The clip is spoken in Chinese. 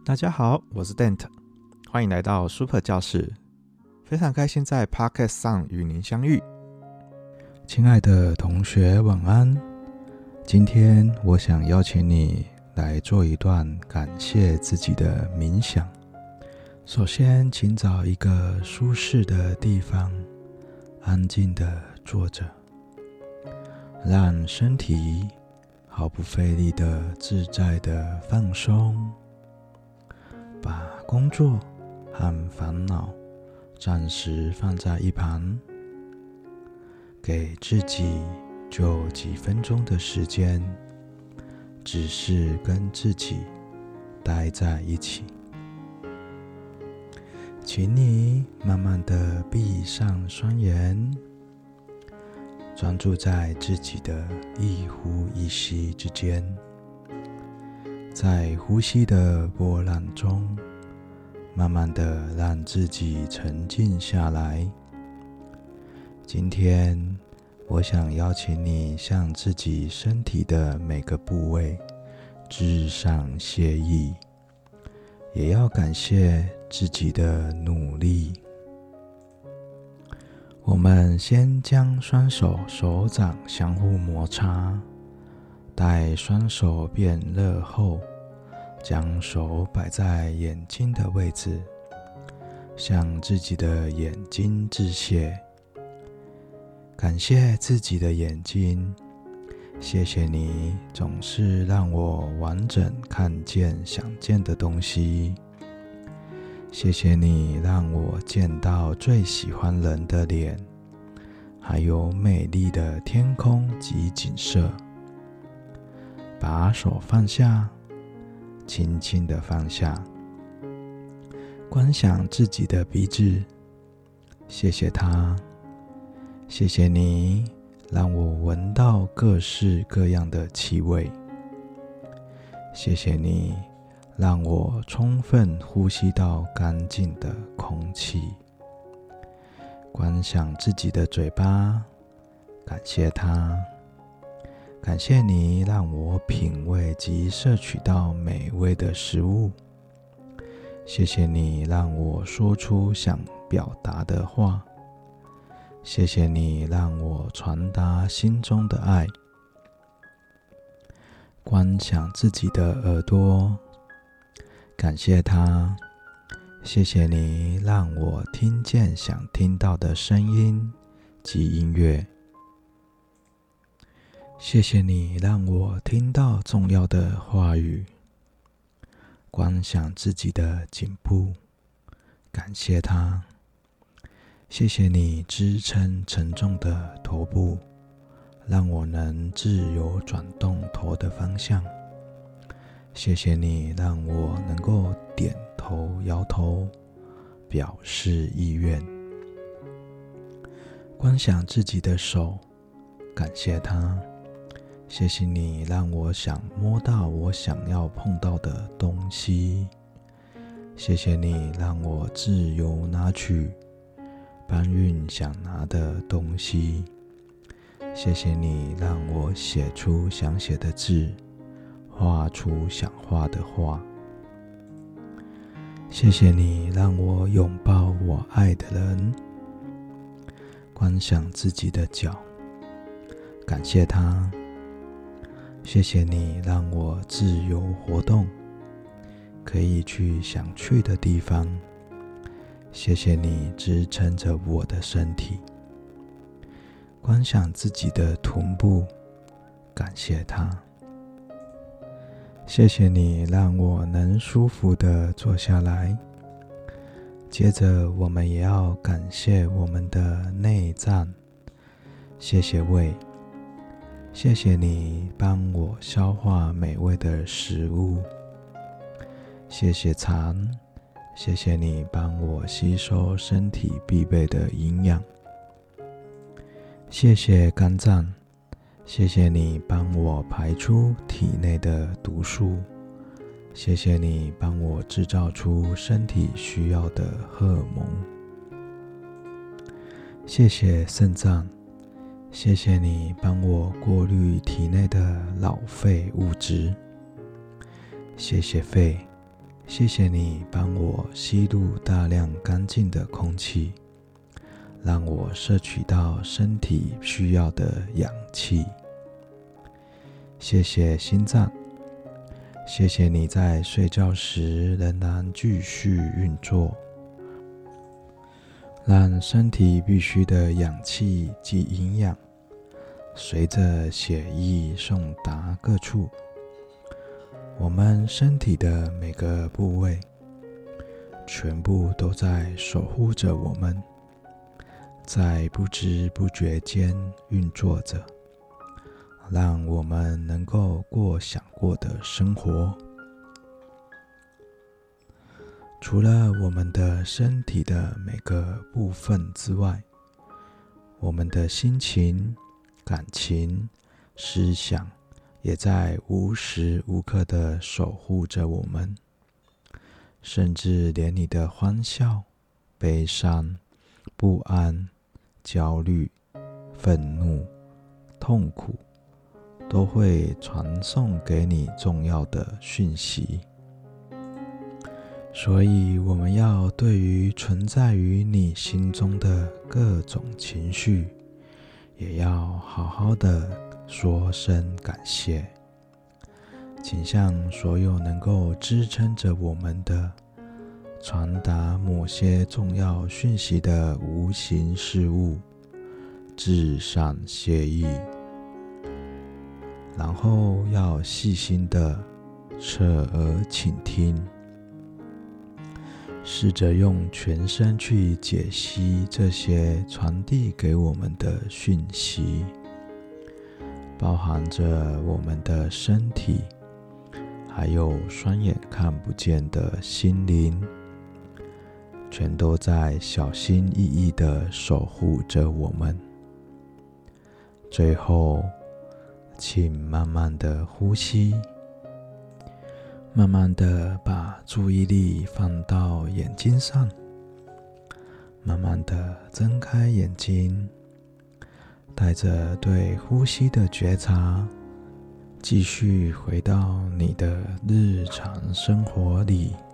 大家好，我是 Dent， 欢迎来到 Super 教室，非常开心在 Podcast 上与您相遇。 亲爱的同学，晚安。今天我想邀请你来做一段感谢自己的冥想。首先，请找一个舒适的地方，安静的坐着，让身体毫不费力的自在的放松，把工作和烦恼暂时放在一旁，给自己就几分钟的时间，只是跟自己待在一起。请你慢慢的闭上双眼，专注在自己的一呼一吸之间，在呼吸的波浪中，慢慢的让自己沉静下来。今天我想邀请你向自己身体的每个部位致上谢意，也要感谢自己的努力。我们先将双手手掌相互摩擦，待双手变热后，将手摆在眼睛的位置，向自己的眼睛致谢。感谢自己的眼睛，谢谢你总是让我完整看见想见的东西。谢谢你让我见到最喜欢人的脸，还有美丽的天空及景色。把手放下，轻轻地放下，观想自己的鼻子，谢谢它，谢谢你让我闻到各式各样的气味，谢谢你让我充分呼吸到干净的空气。观想自己的嘴巴，感谢它，感谢你让我品味及摄取到美味的食物，谢谢你让我说出想表达的话，谢谢你让我传达心中的爱。观想自己的耳朵，感谢它，谢谢你让我听见想听到的声音及音乐，谢谢你让我听到重要的话语。观想自己的颈部，感谢它，谢谢你支撑沉重的头部，让我能自由转动头的方向。谢谢你让我能够点头摇头，表示意愿。观想自己的手，感谢它，谢谢你让我想摸到我想要碰到的东西，谢谢你让我自由拿取搬运想拿的东西，谢谢你让我写出想写的字，画出想画的画，谢谢你让我拥抱我爱的人。观想自己的脚，感谢它，谢谢你让我自由活动，可以去想去的地方，谢谢你支撑着我的身体。观想自己的臀部，感谢它，谢谢你让我能舒服地坐下来。接着我们也要感谢我们的内脏，谢谢胃，谢谢你帮我消化美味的食物，谢谢肠，谢谢你帮我吸收身体必备的营养，谢谢肝脏，谢谢你帮我排出体内的毒素，谢谢你帮我制造出身体需要的荷尔蒙，谢谢肾脏，谢谢你帮我过滤体内的老废物质，谢谢肺， 谢谢你帮我吸入大量干净的空气，让我摄取到身体需要的氧气。谢谢心脏，谢谢你在睡觉时仍然继续运作，让身体必需的氧气及营养随着血液送达各处。我们身体的每个部位全部都在守护着我们，在不知不觉间运作着，让我们能够过想过的生活。除了我们的身体的每个部分之外，我们的心情、感情、思想也在无时无刻地守护着我们，甚至连你的欢笑、悲伤、不安、焦虑、愤怒、痛苦都会传送给你重要的讯息。所以我们要对于存在于你心中的各种情绪，也要好好的说声感谢。请向所有能够支撑着我们的传达某些重要讯息的无形事物致上谢意，然后要细心的侧耳倾听，试着用全身去解析这些传递给我们的讯息，包含着我们的身体，还有双眼看不见的心灵，全都在小心翼翼地守护着我们。最后，请慢慢地呼吸，慢慢地把注意力放到眼睛上，慢慢地睁开眼睛，带着对呼吸的觉察，继续回到你的日常生活里。